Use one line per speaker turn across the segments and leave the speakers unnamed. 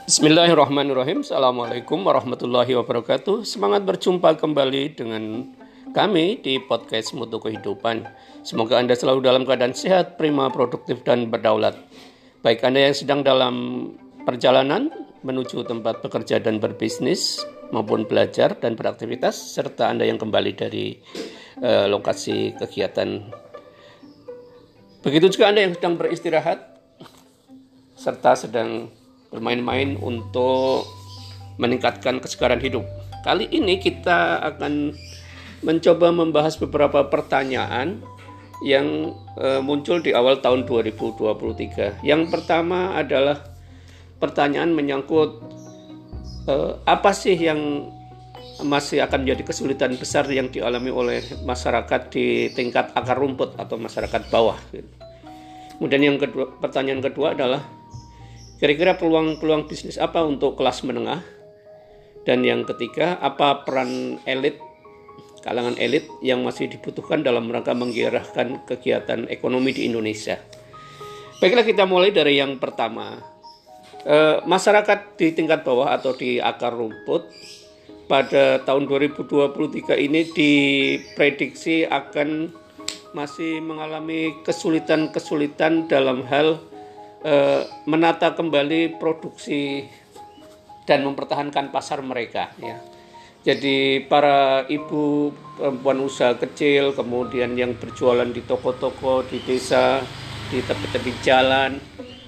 Bismillahirrahmanirrahim. Assalamualaikum warahmatullahi wabarakatuh. Semangat berjumpa kembali dengan kami di podcast Mutu Kehidupan. Semoga Anda selalu dalam keadaan sehat, prima, produktif, dan berdaulat. Baik Anda yang sedang dalam perjalanan menuju tempat bekerja dan berbisnis, maupun belajar dan beraktivitas, serta Anda yang kembali dari lokasi kegiatan. Begitu juga Anda yang sedang beristirahat, serta sedang bermain-main untuk meningkatkan kesegaran hidup. Kali ini kita akan mencoba membahas beberapa pertanyaan yang muncul di awal tahun 2023. Yang pertama adalah pertanyaan menyangkut apa sih yang masih akan menjadi kesulitan besar yang dialami oleh masyarakat di tingkat akar rumput atau masyarakat bawah. Kemudian pertanyaan kedua adalah kira-kira peluang bisnis apa untuk kelas menengah? Dan yang ketiga, apa peran kalangan elit yang masih dibutuhkan dalam rangka menggerakkan kegiatan ekonomi di Indonesia? Baiklah, kita mulai dari yang pertama. Masyarakat di tingkat bawah atau di akar rumput pada tahun 2023 ini diprediksi akan masih mengalami kesulitan dalam hal menata kembali produksi dan mempertahankan pasar mereka, ya. Jadi para ibu perempuan usaha kecil, kemudian yang berjualan di toko-toko di desa, di tepi-tepi jalan,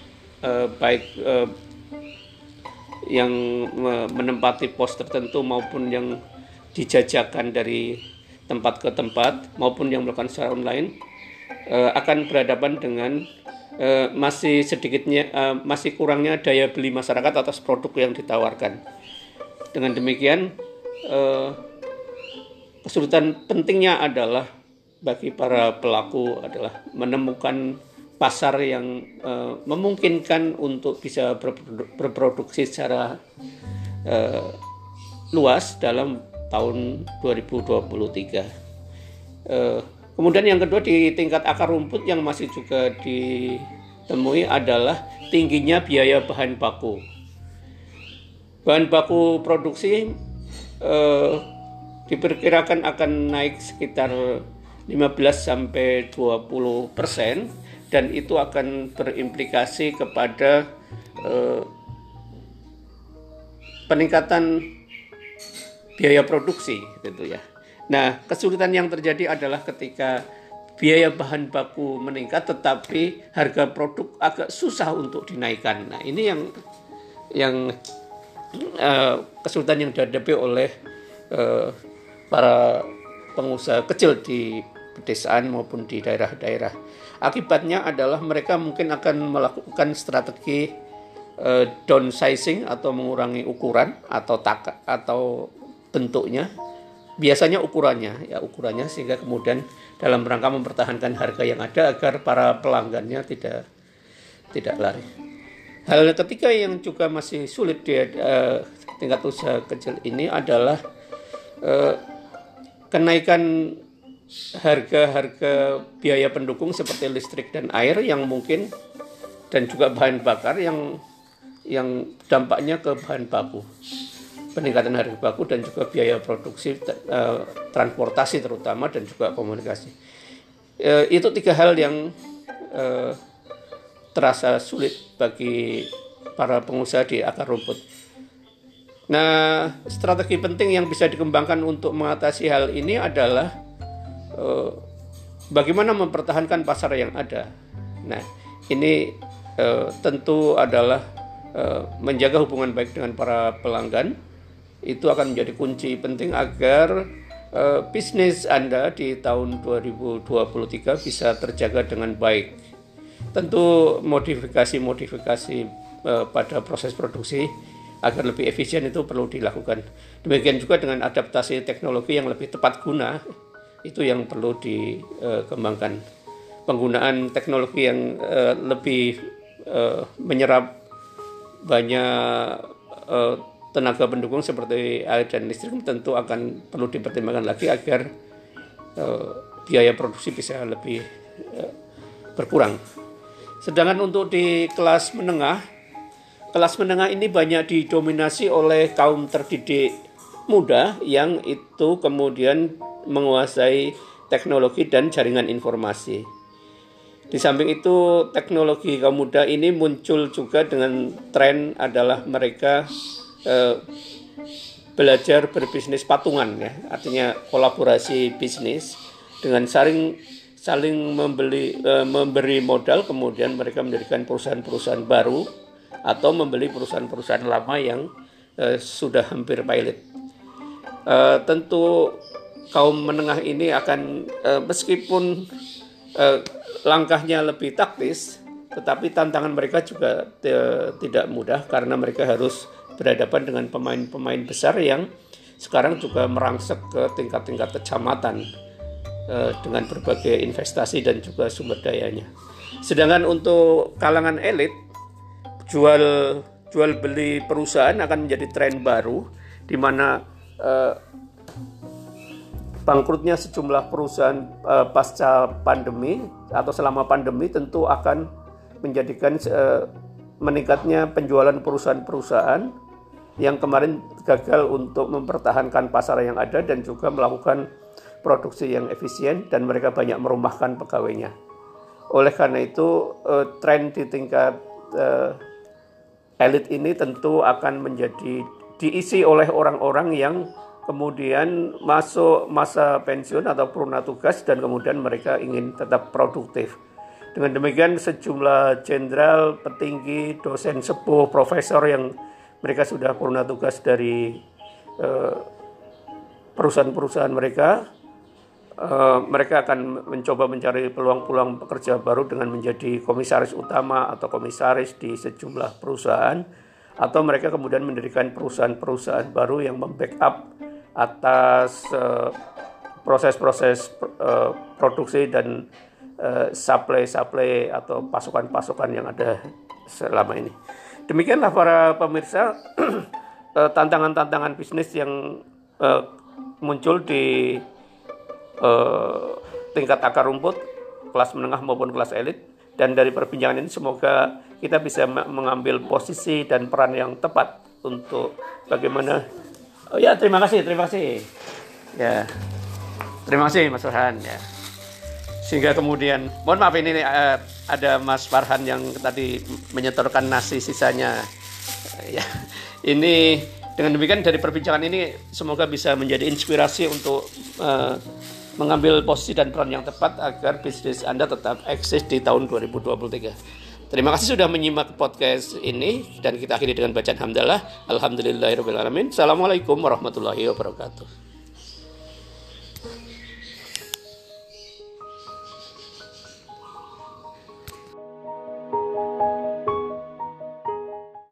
yang menempati pos tertentu maupun yang dijajakan dari tempat ke tempat maupun yang melakukan secara online, akan berhadapan dengan masih kurangnya daya beli masyarakat atas produk yang ditawarkan. Dengan demikian, kesulitan pentingnya adalah bagi para pelaku adalah menemukan pasar yang memungkinkan untuk bisa berproduksi secara luas dalam tahun 2023. Kemudian yang kedua, di tingkat akar rumput yang masih juga ditemui adalah tingginya biaya bahan baku. Bahan baku produksi diperkirakan akan naik sekitar 15-20%, dan itu akan berimplikasi kepada peningkatan biaya produksi, gitu ya. Nah, kesulitan yang terjadi adalah ketika biaya bahan baku meningkat tetapi harga produk agak susah untuk dinaikkan. Nah, ini yang kesulitan yang dihadapi oleh para pengusaha kecil di pedesaan maupun di daerah-daerah. Akibatnya adalah mereka mungkin akan melakukan strategi downsizing atau mengurangi ukuran atau bentuknya. Biasanya ukurannya sehingga kemudian dalam rangka mempertahankan harga yang ada agar para pelanggannya tidak lari. Hal ketiga yang juga masih sulit di tingkat usaha kecil ini adalah kenaikan harga biaya pendukung seperti listrik dan air yang mungkin, dan juga bahan bakar yang dampaknya ke bahan baku. Peningkatan harga baku dan juga biaya produksi, transportasi terutama, dan juga komunikasi. Itu tiga hal yang terasa sulit bagi para pengusaha di akar rumput. Nah, strategi penting yang bisa dikembangkan untuk mengatasi hal ini adalah bagaimana mempertahankan pasar yang ada. Nah, ini tentu adalah menjaga hubungan baik dengan para pelanggan. Itu akan menjadi kunci penting agar bisnis Anda di tahun 2023 bisa terjaga dengan baik. Tentu modifikasi pada proses produksi agar lebih efisien itu perlu dilakukan. Demikian juga dengan adaptasi teknologi yang lebih tepat guna, itu yang perlu dikembangkan. Penggunaan teknologi yang lebih menyerap banyak tenaga pendukung seperti air dan listrik tentu akan perlu dipertimbangkan lagi agar biaya produksi bisa lebih berkurang. Sedangkan untuk di kelas menengah, kelas menengah ini banyak didominasi oleh kaum terdidik muda yang itu kemudian menguasai teknologi dan jaringan informasi. Di samping itu, teknologi kaum muda ini muncul juga dengan tren adalah mereka belajar berbisnis patungan, ya, artinya kolaborasi bisnis dengan saling memberi modal, kemudian mereka mendirikan perusahaan-perusahaan baru atau membeli perusahaan-perusahaan lama yang sudah hampir pilot. Tentu kaum menengah ini akan meskipun langkahnya lebih taktis, tetapi tantangan mereka juga tidak mudah karena mereka harus berhadapan dengan pemain-pemain besar yang sekarang juga merangsek ke tingkat-tingkat kecamatan dengan berbagai investasi dan juga sumber dayanya. Sedangkan untuk kalangan elit, jual beli perusahaan akan menjadi tren baru, di mana bangkrutnya sejumlah perusahaan pasca pandemi atau selama pandemi tentu akan menjadikan meningkatnya penjualan perusahaan-perusahaan yang kemarin gagal untuk mempertahankan pasar yang ada dan juga melakukan produksi yang efisien, dan mereka banyak merumahkan pegawainya. Oleh karena itu, tren di tingkat elit ini tentu akan diisi oleh orang-orang yang kemudian masuk masa pensiun atau purna tugas dan kemudian mereka ingin tetap produktif. Dengan demikian sejumlah jenderal, petinggi, dosen sepuh, profesor yang mereka sudah purna tugas dari perusahaan-perusahaan mereka akan mencoba mencari peluang-peluang pekerja baru dengan menjadi komisaris utama atau komisaris di sejumlah perusahaan, atau mereka kemudian mendirikan perusahaan-perusahaan baru yang membackup atas proses-proses produksi dan supply atau pasokan-pasokan yang ada selama ini. Demikianlah para pemirsa tantangan-tantangan bisnis yang muncul di tingkat akar rumput, kelas menengah maupun kelas elit. Dan dari perbincangan ini semoga kita bisa mengambil posisi dan peran yang tepat untuk bagaimana. Oh ya, terima kasih. Ya, terima kasih Mas Farhan. Ya, sehingga kemudian, mohon maaf ini ada Mas Farhan yang tadi menyetorkan nasi sisanya. Ya, ini dengan demikian dari perbincangan ini semoga bisa menjadi inspirasi untuk mengambil posisi dan peran yang tepat agar bisnis Anda tetap eksis di tahun 2023. Terima kasih sudah menyimak podcast ini, dan kita akhiri dengan bacaan hamdalah. Alhamdulillahirabbil alamin. Assalamualaikum warahmatullahi wabarakatuh.